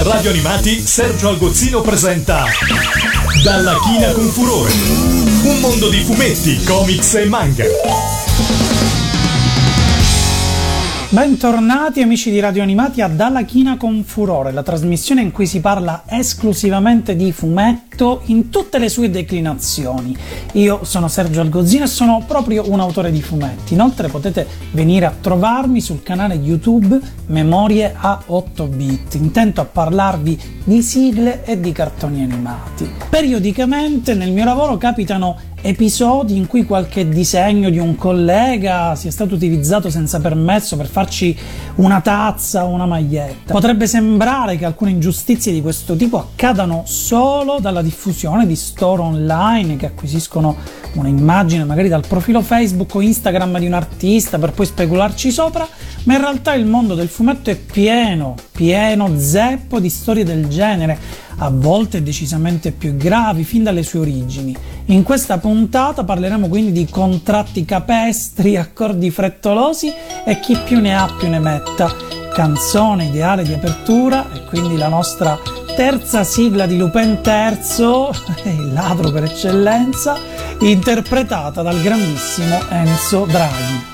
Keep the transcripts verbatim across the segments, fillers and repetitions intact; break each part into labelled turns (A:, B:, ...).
A: Radio Animati Sergio Algozzino presenta Dalla China con Furore, un mondo di fumetti, comics e manga.
B: Bentornati amici di Radio Animati a Dalla China con Furore, la trasmissione in cui si parla esclusivamente di fumetto in tutte le sue declinazioni. Io sono Sergio Algozzino e sono proprio un autore di fumetti. Inoltre potete venire a trovarmi sul canale YouTube Memorie a otto bit, intento a parlarvi di sigle e di cartoni animati. Periodicamente nel mio lavoro capitano episodi in cui qualche disegno di un collega sia stato utilizzato senza permesso per farci una tazza o una maglietta. Potrebbe sembrare che alcune ingiustizie di questo tipo accadano solo dalla diffusione di store online che acquisiscono un'immagine magari dal profilo Facebook o Instagram di un artista per poi specularci sopra, ma in realtà il mondo del fumetto è pieno, pieno zeppo di storie del genere, a volte decisamente più gravi fin dalle sue origini. In questa puntata parleremo quindi di contratti capestri, accordi frettolosi e chi più ne ha più ne metta, canzone ideale di apertura e quindi la nostra terza sigla di Lupin terzo, il ladro per eccellenza, interpretata dal grandissimo Enzo Draghi.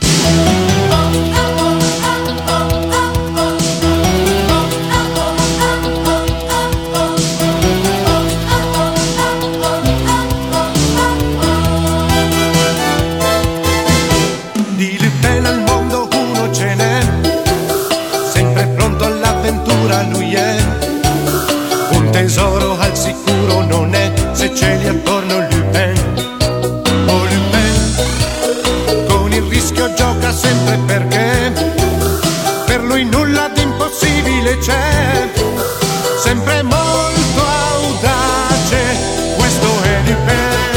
C: Lui è un tesoro al sicuro, non è se ce li attorno Lupin. Oh Lupin, con il rischio gioca sempre perché per lui nulla di impossibile c'è, sempre molto audace, questo è Lupin.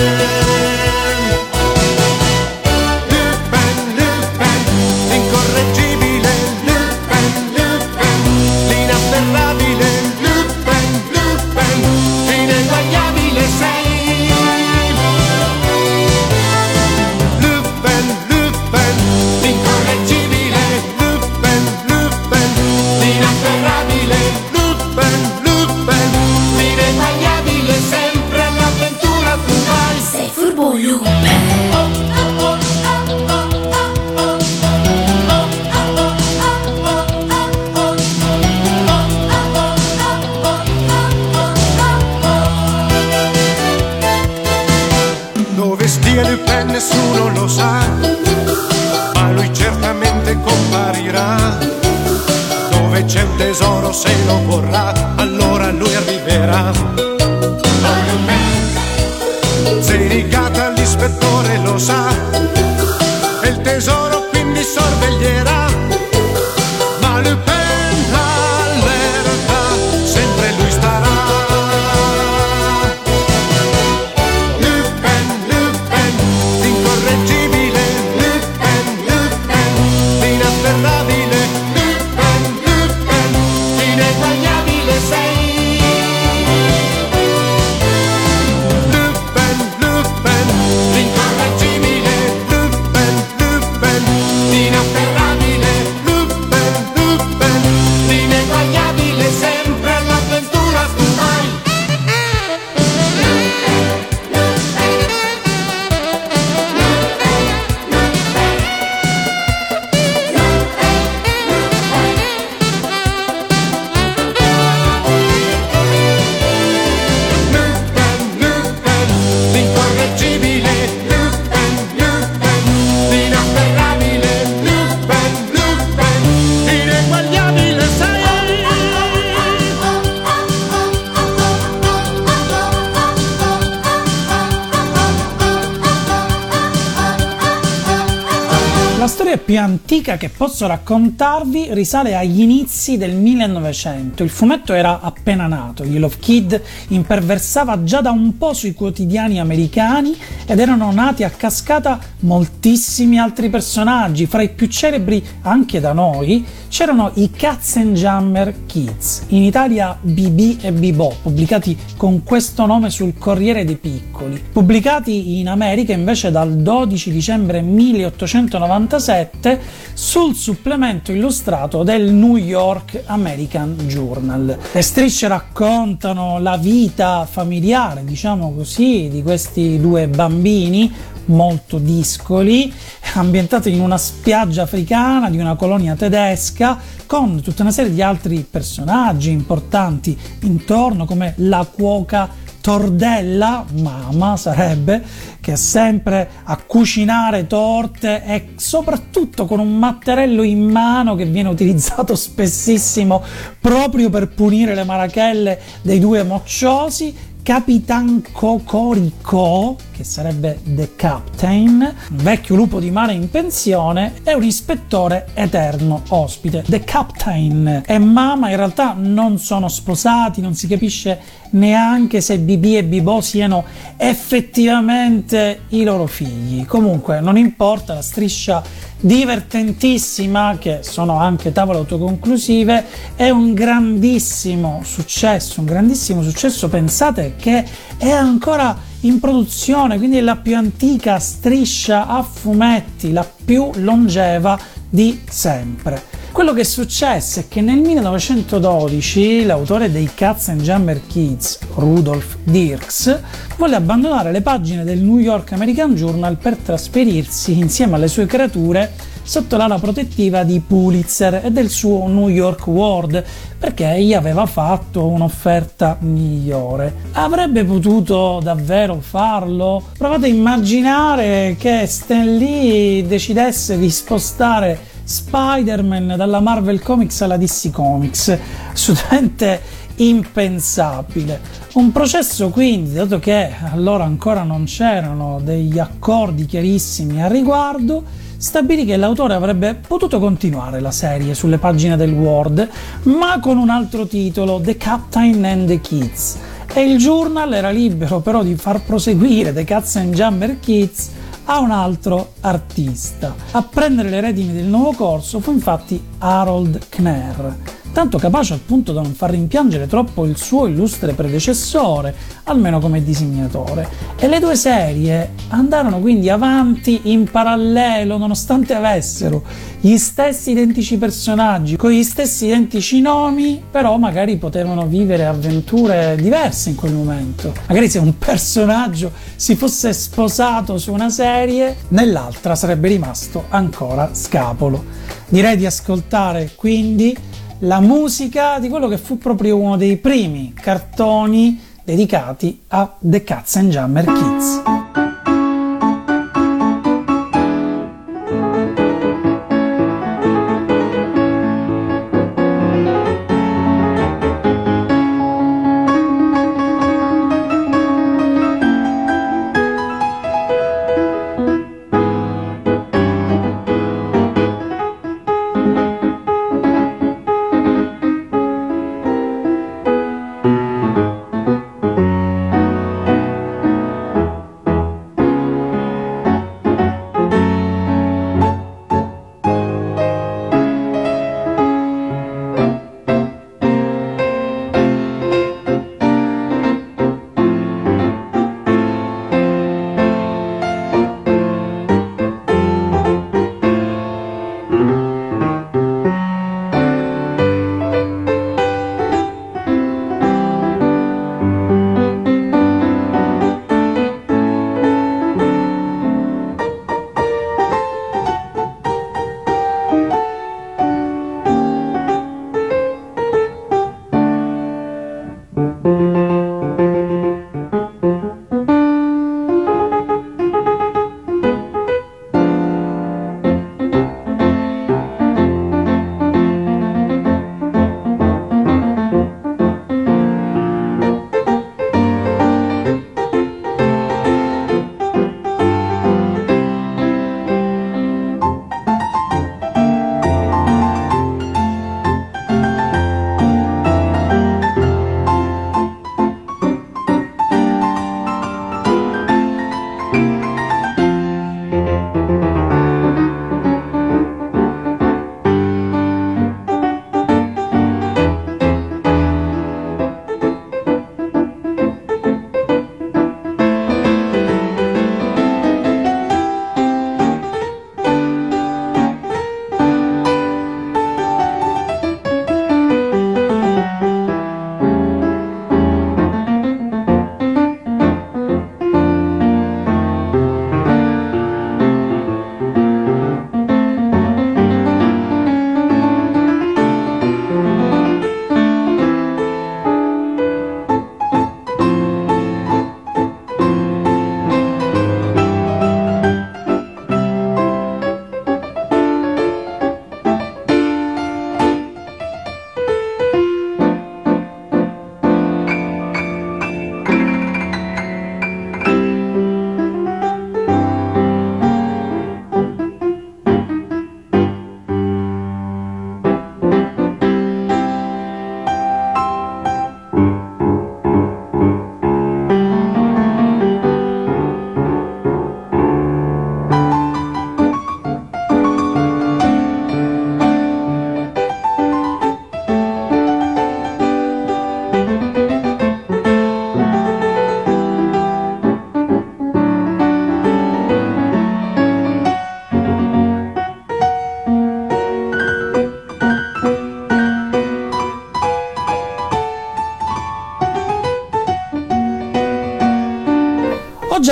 C: Nessuno lo sa, ma lui certamente comparirà. Dove c'è un tesoro, se lo vorrà, allora lui arriverà. Zenigata l'ispettore lo sa, e il tesoro quindi sorveglierà. Ma Lupin allerta, sempre lui starà.
B: La storia più antica che posso raccontarvi risale agli inizi del millenovecento. Il fumetto era appena nato, Yellow Kid imperversava già da un po' sui quotidiani americani ed erano nati a cascata moltissimi altri personaggi. Fra i più celebri anche da noi c'erano i Katzenjammer Kids, in Italia B B e Bebop, pubblicati con questo nome sul Corriere dei Piccoli. Pubblicati in America invece dal dodici dicembre milleottocentonovantasei duemilasette sul supplemento illustrato del New York American Journal. Le strisce raccontano la vita familiare, diciamo così, di questi due bambini molto discoli, ambientati in una spiaggia africana di una colonia tedesca, con tutta una serie di altri personaggi importanti intorno, come la cuoca Tordella, mamma sarebbe, che è sempre a cucinare torte e soprattutto con un matterello in mano che viene utilizzato spessissimo proprio per punire le marachelle dei due mocciosi. Capitan Cocorico, che sarebbe The Captain, un vecchio lupo di mare in pensione, e un ispettore eterno ospite. The Captain e mamma in realtà non sono sposati, non si capisce neanche se Bibi e Bibò siano effettivamente i loro figli. Comunque non importa, la striscia divertentissima, che sono anche tavole autoconclusive, è un grandissimo successo, un grandissimo successo. Pensate che è ancora in produzione, quindi è la più antica striscia a fumetti, la più longeva di sempre. Quello che è successo è che nel millenovecentododici l'autore dei Katzenjammer Kids, Rudolf Dirks, volle abbandonare le pagine del New York American Journal per trasferirsi insieme alle sue creature sotto l'ala protettiva di Pulitzer e del suo New York World, perché gli aveva fatto un'offerta migliore. Avrebbe potuto davvero farlo? Provate a immaginare che Stan Lee decidesse di spostare Spider-Man dalla Marvel Comics alla D C Comics, assolutamente impensabile. Un processo quindi, dato che allora ancora non c'erano degli accordi chiarissimi al riguardo, stabilì che l'autore avrebbe potuto continuare la serie sulle pagine del World, ma con un altro titolo, The Captain and the Kids, e il journal era libero però di far proseguire The Katzenjammer Kids a un altro artista. A prendere le redini del nuovo corso fu infatti Harold Knerr, tanto capace al punto da non far rimpiangere troppo il suo illustre predecessore, almeno come disegnatore. E le due serie andarono quindi avanti in parallelo, nonostante avessero gli stessi identici personaggi, con gli stessi identici nomi, però magari potevano vivere avventure diverse in quel momento. Magari se un personaggio si fosse sposato su una serie, nell'altra sarebbe rimasto ancora scapolo. Direi di ascoltare quindi la musica di quello che fu proprio uno dei primi cartoni dedicati a The Katzenjammer Kids.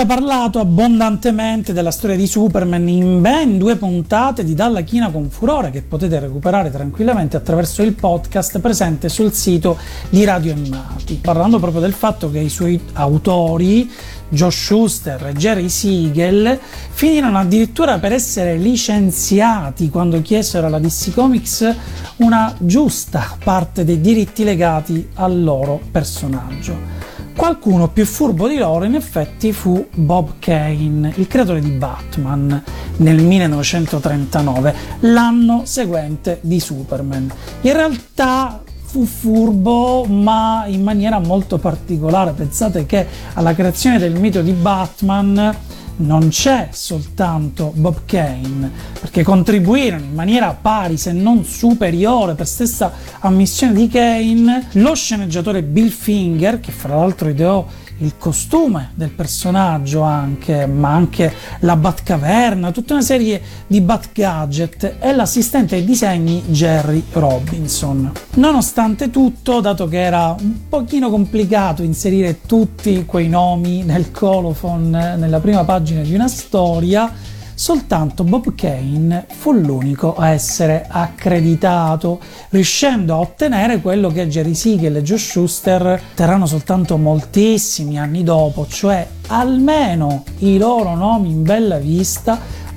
B: già parlato abbondantemente della storia di Superman in ben due puntate di Dalla China con Furore, che potete recuperare tranquillamente attraverso il podcast presente sul sito di Radio Animati, parlando proprio del fatto che i suoi autori Joe Shuster e Jerry Siegel finirono addirittura per essere licenziati quando chiesero alla D C Comics una giusta parte dei diritti legati al loro personaggio. Qualcuno più furbo di loro in effetti fu Bob Kane, il creatore di Batman, nel millenovecentotrentanove, l'anno seguente di Superman. In realtà fu furbo, ma in maniera molto particolare. Pensate che alla creazione del mito di Batman non c'è soltanto Bob Kane, perché contribuirono in maniera pari se non superiore, per stessa ammissione di Kane, lo sceneggiatore Bill Finger, che fra l'altro ideò il costume del personaggio anche, ma anche la Batcaverna, tutta una serie di Batgadget, e l'assistente ai disegni Jerry Robinson. Nonostante tutto, dato che era un pochino complicato inserire tutti quei nomi nel colophon nella prima pagina di una storia, soltanto Bob Kane fu l'unico a essere accreditato, riuscendo a ottenere quello che Jerry Siegel e Joe Shuster terranno soltanto moltissimi anni dopo, cioè almeno i loro nomi in bella vista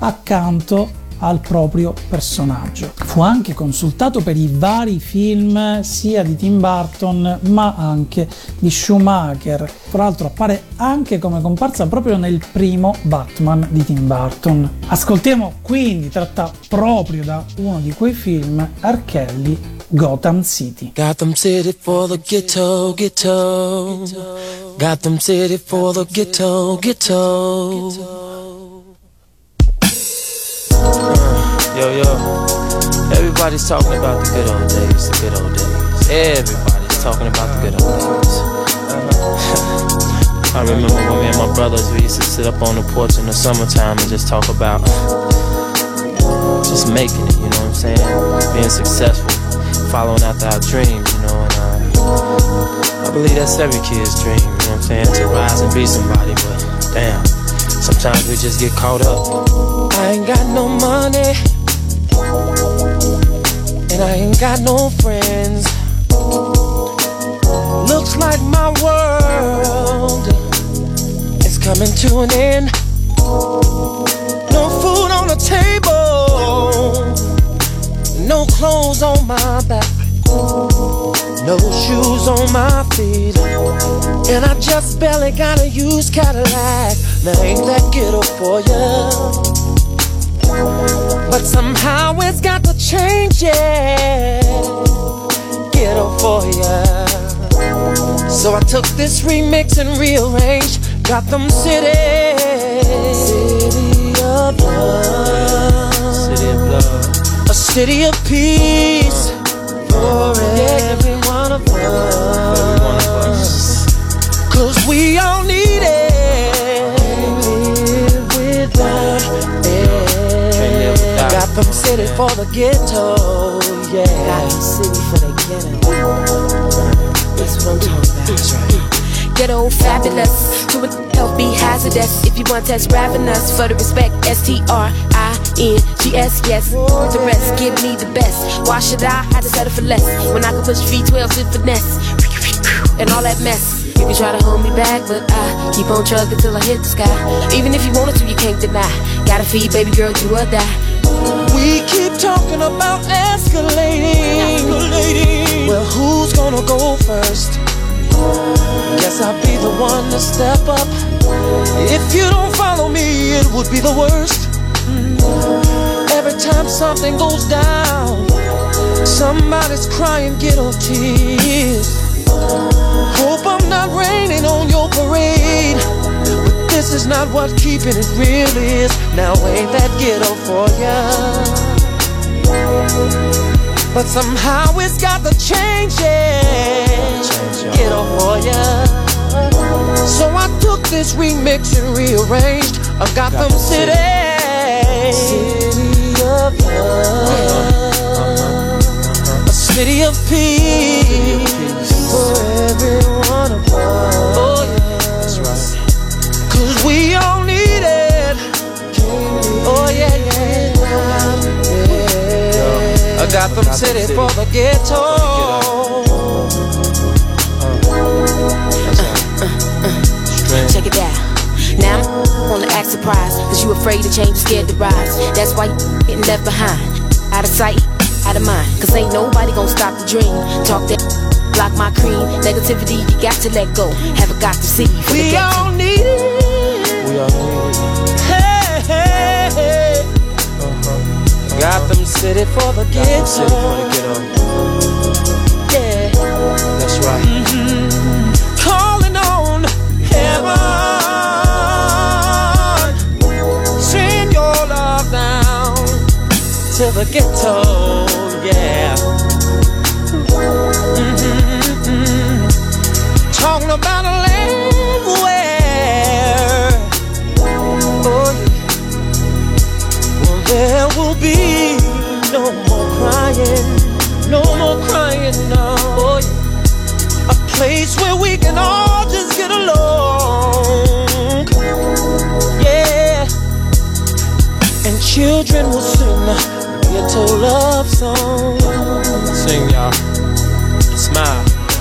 B: accanto al proprio personaggio. Fu anche consultato per i vari film sia di Tim Burton ma anche di Schumacher. Tra l'altro appare anche come comparsa proprio nel primo Batman di Tim Burton. Ascoltiamo quindi, tratta proprio da uno di quei film, R. Kelly, Gotham City.
D: Gotham City for the ghetto, ghetto. Gotham City for the ghetto, ghetto. Uh, yo, yo, everybody's talking about the good old days, the good old days. Everybody's talking about the good old days. Uh-huh. I remember when me and my brothers, we used to sit up on the porch in the summertime and just talk about just making it, you know what I'm saying? Being successful, following after our dreams, you know, and uh, I believe that's every kid's dream, you know what I'm saying? To rise and be somebody, but damn, sometimes we just get caught up. I ain't got no money, and I ain't got no friends. Looks like my world is coming to an end. No food on the table, no clothes on my back, no shoes on my feet, and I just barely got a used Cadillac. Now ain't that ghetto for ya? But somehow it's got to change, yeah. Ghetto for ya. So I took this remix and rearranged Gotham City, city of love, city of love, a city of peace for every one of us. Cause we all need it, live without it. Gotham City for the ghetto, yeah. Gotham City for the ghetto. That's what I'm talking about. That's right.
E: Ghetto fabulous, to a health be hazardous. If you want test ravenous, for the respect, S T R I N G S, yes. The rest, give me the best. Why should I have to settle for less when I can push V twelve with finesse and all that mess? You can try to hold me back, but I keep on chugging till I hit the sky. Even if you wanted to, you can't deny. Gotta feed, baby girl, do or die.
D: We keep talking about escalating. escalating. Well, who's gonna go first? Guess I'll be the one to step up. If you don't follow me, it would be the worst. Every time something goes down, somebody's crying ghetto tears. Hope I'm not raining on your parade, but this is not what keeping it real is. Now ain't that ghetto for ya? But somehow it's got to change, yeah. Ghetto for ya. So I took this remix and rearranged I got them City, city of love, a city of peace for every one of us. Oh yeah, that's right. 'Cause we Gotham City for the ghetto.
E: Check it out. Now I'm on the act surprise, cause you afraid to change, scared to rise. That's why you getting left behind. Out of sight, out of mind. Cause ain't nobody gonna stop the dream. Talk that, block my cream. Negativity, you got to let go. Haven't got to see.
D: We all need it.
C: We all need it.
D: Hey, hey, hey.
C: Uh-huh.
D: Gotham City for the ghetto.
C: City for the ghetto.
D: Yeah.
C: That's right.
D: Mm-hmm. Calling on heaven. Send your love down to the ghetto, yeah. Mm-hmm. Talking about a land where, oh yeah, well there will be no more crying, no more crying, no. Oh, yeah. A place where we can all just get along, yeah. And children will sing ghetto love songs.
C: Sing, y'all. Smile.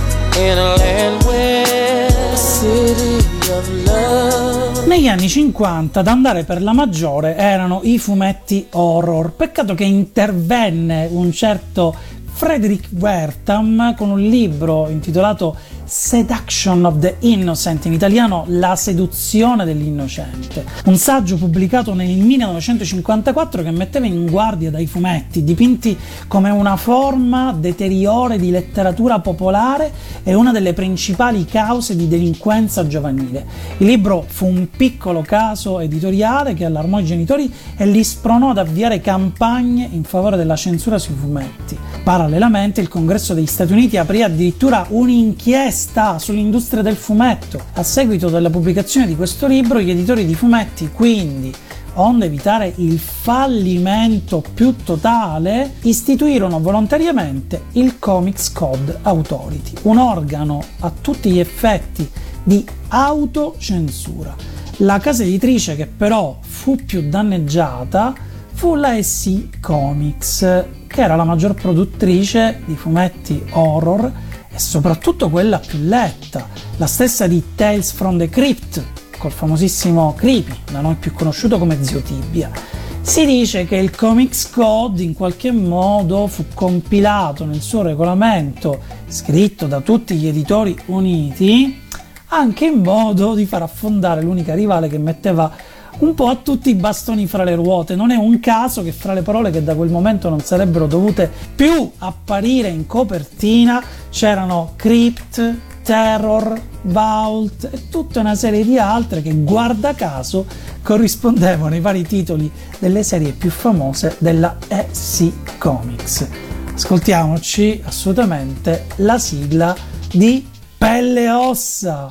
D: In a land where a city of love.
B: Negli anni cinquanta ad andare per la maggiore erano i fumetti horror. Peccato che intervenne un certo Frederick Wertham con un libro intitolato Seduction of the Innocent, in italiano La seduzione dell'innocente, un saggio pubblicato nel millenovecentocinquantaquattro che metteva in guardia dai fumetti dipinti come una forma deteriore di letteratura popolare e una delle principali cause di delinquenza giovanile. Il libro fu un piccolo caso editoriale che allarmò i genitori e li spronò ad avviare campagne in favore della censura sui fumetti. Parallelamente il Congresso degli Stati Uniti aprì addirittura un'inchiesta sull'industria del fumetto. A seguito della pubblicazione di questo libro, gli editori di fumetti, quindi, onde evitare il fallimento più totale, istituirono volontariamente il Comics Code Authority, un organo a tutti gli effetti di autocensura. La casa editrice che però fu più danneggiata fu la E C Comics, che era la maggior produttrice di fumetti horror e soprattutto quella più letta, la stessa di Tales from the Crypt, col famosissimo Creepy, da noi più conosciuto come Zio Tibia. Si dice che il Comics Code in qualche modo fu compilato nel suo regolamento, scritto da tutti gli editori uniti, anche in modo di far affondare l'unica rivale che metteva un po' a tutti i bastoni fra le ruote. Non è un caso che fra le parole che da quel momento non sarebbero dovute più apparire in copertina c'erano Crypt, Terror, Vault e tutta una serie di altre che, guarda caso, corrispondevano ai vari titoli delle serie più famose della E C Comics. Ascoltiamoci assolutamente la sigla di Pelle e Ossa.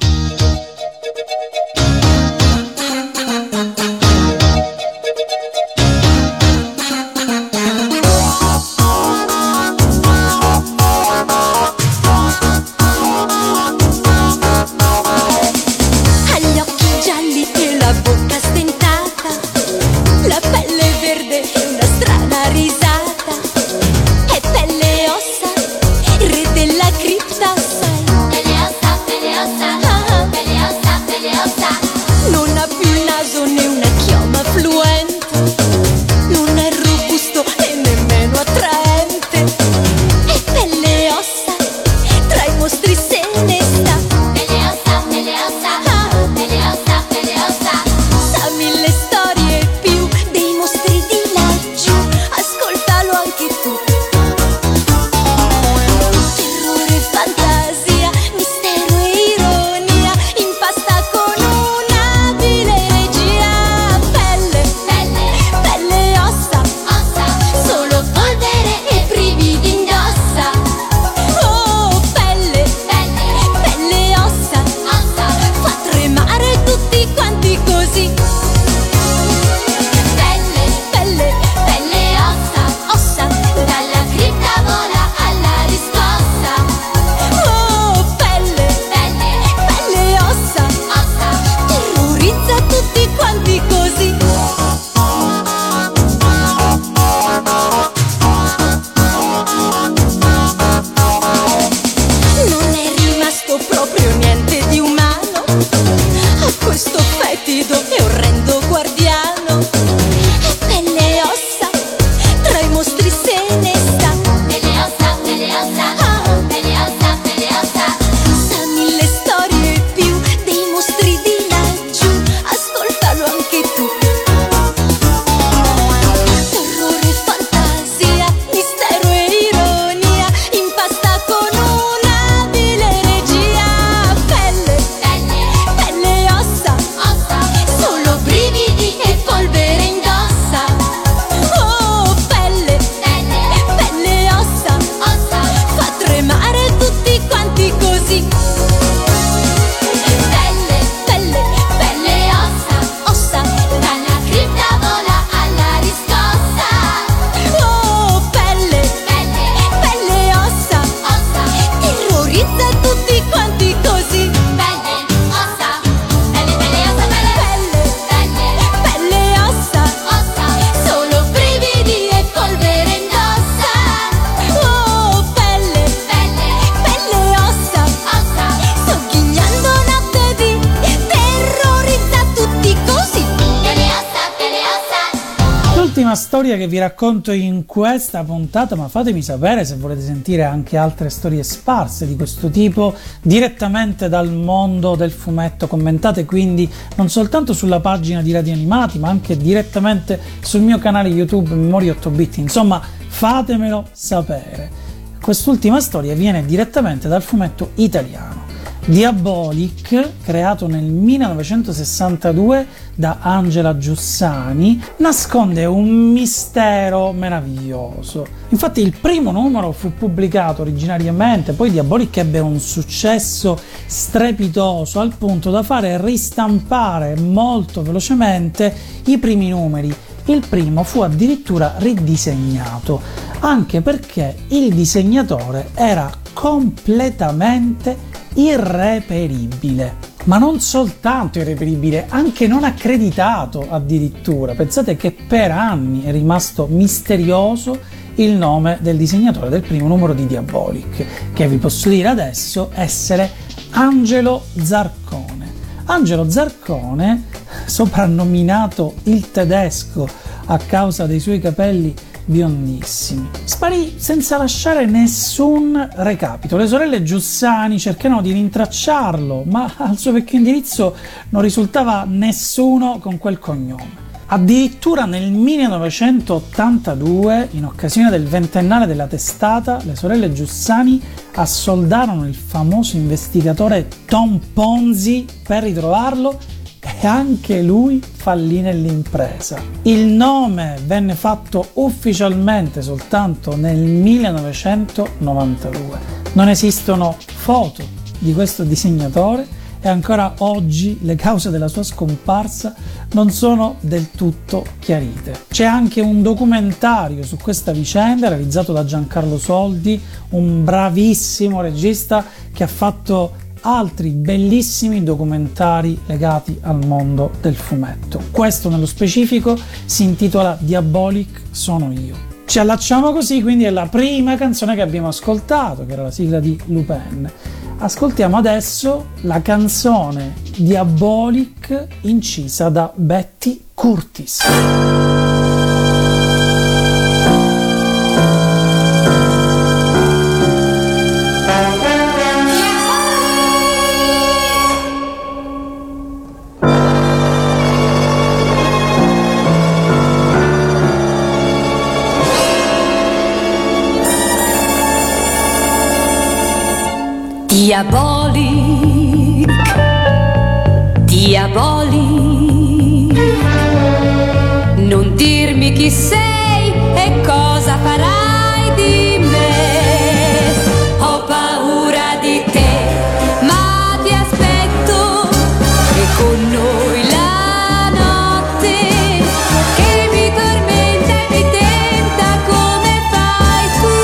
F: Pelle e ossa, pelle ossa.
B: storia che vi racconto in questa puntata, ma fatemi sapere se volete sentire anche altre storie sparse di questo tipo direttamente dal mondo del fumetto. Commentate quindi non soltanto sulla pagina di Radio Animati, ma anche direttamente sul mio canale YouTube Memoria otto bit. Insomma, fatemelo sapere. Quest'ultima storia viene direttamente dal fumetto italiano. Diabolic, creato nel millenovecentosessantadue da Angela Giussani, nasconde un mistero meraviglioso. Infatti il primo numero fu pubblicato originariamente, poi Diabolic ebbe un successo strepitoso al punto da fare ristampare molto velocemente i primi numeri. Il primo fu addirittura ridisegnato, anche perché il disegnatore era completamente irreperibile, ma non soltanto irreperibile, anche non accreditato addirittura. Pensate che per anni è rimasto misterioso il nome del disegnatore del primo numero di Diabolic, che vi posso dire adesso essere Angelo Zarcone. Angelo Zarcone, soprannominato il tedesco a causa dei suoi capelli biondissimi, sparì senza lasciare nessun recapito. Le sorelle Giussani cercarono di rintracciarlo, ma al suo vecchio indirizzo non risultava nessuno con quel cognome. Addirittura nel millenovecentottantadue, in occasione del ventennale della testata, le sorelle Giussani assoldarono il famoso investigatore Tom Ponzi per ritrovarlo, e anche lui fallì nell'impresa. Il nome venne fatto ufficialmente soltanto nel millenovecentonovantadue. Non esistono foto di questo disegnatore e ancora oggi le cause della sua scomparsa non sono del tutto chiarite. C'è anche un documentario su questa vicenda realizzato da Giancarlo Soldi, un bravissimo regista che ha fatto altri bellissimi documentari legati al mondo del fumetto. Questo nello specifico si intitola Diabolic sono io. Ci allacciamo così quindi alla prima canzone che abbiamo ascoltato, che era la sigla di Lupin. Ascoltiamo adesso la canzone Diabolic incisa da Betty Curtis.
F: Diabolic, Diabolic, non dirmi chi sei e cosa farai di me. Ho paura di te, ma ti aspetto e con noi la notte che mi tormenta e mi tenta come fai tu.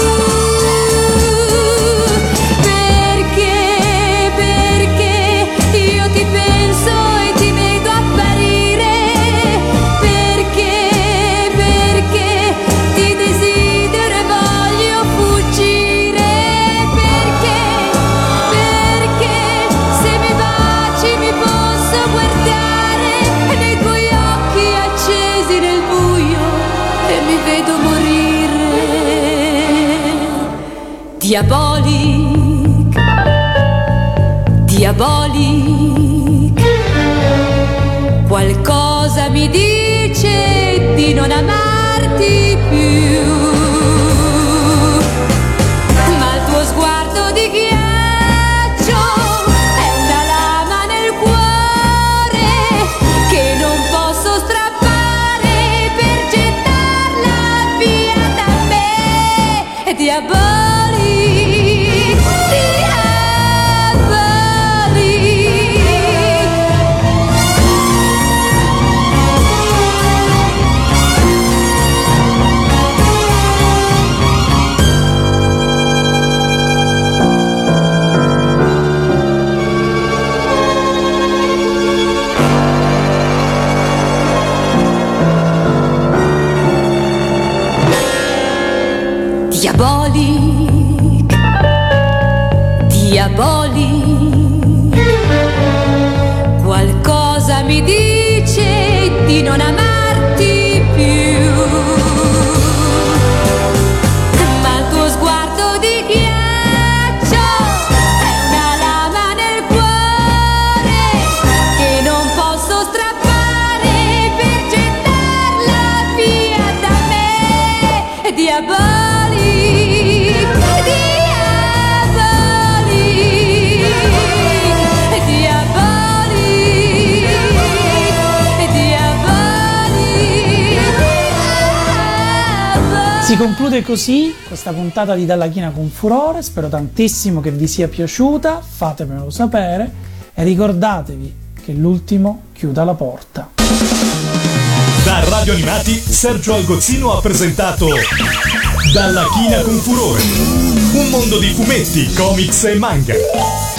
F: Perché, perché io ti penso e ti vedo apparire. Perché, perché ti desidero e voglio fuggire. Perché, perché se mi baci mi posso guardare nei tuoi occhi accesi nel buio e mi vedo morire. Diabolic, Diabolic, qualcosa mi dice di non amarti più, ma il tuo sguardo di ghiaccio è una lama nel cuore che non posso strappare per gettarla via da me. Diabolic, Diabolic, Diabolic, qualcosa mi dice di non amarti più.
B: Si conclude così questa puntata di Dalla China con Furore, spero tantissimo che vi sia piaciuta, fatemelo sapere e ricordatevi che l'ultimo chiuda la porta.
A: Da Radio Animati, Sergio Algozzino ha presentato Dalla China con Furore, un mondo di fumetti, comics e manga.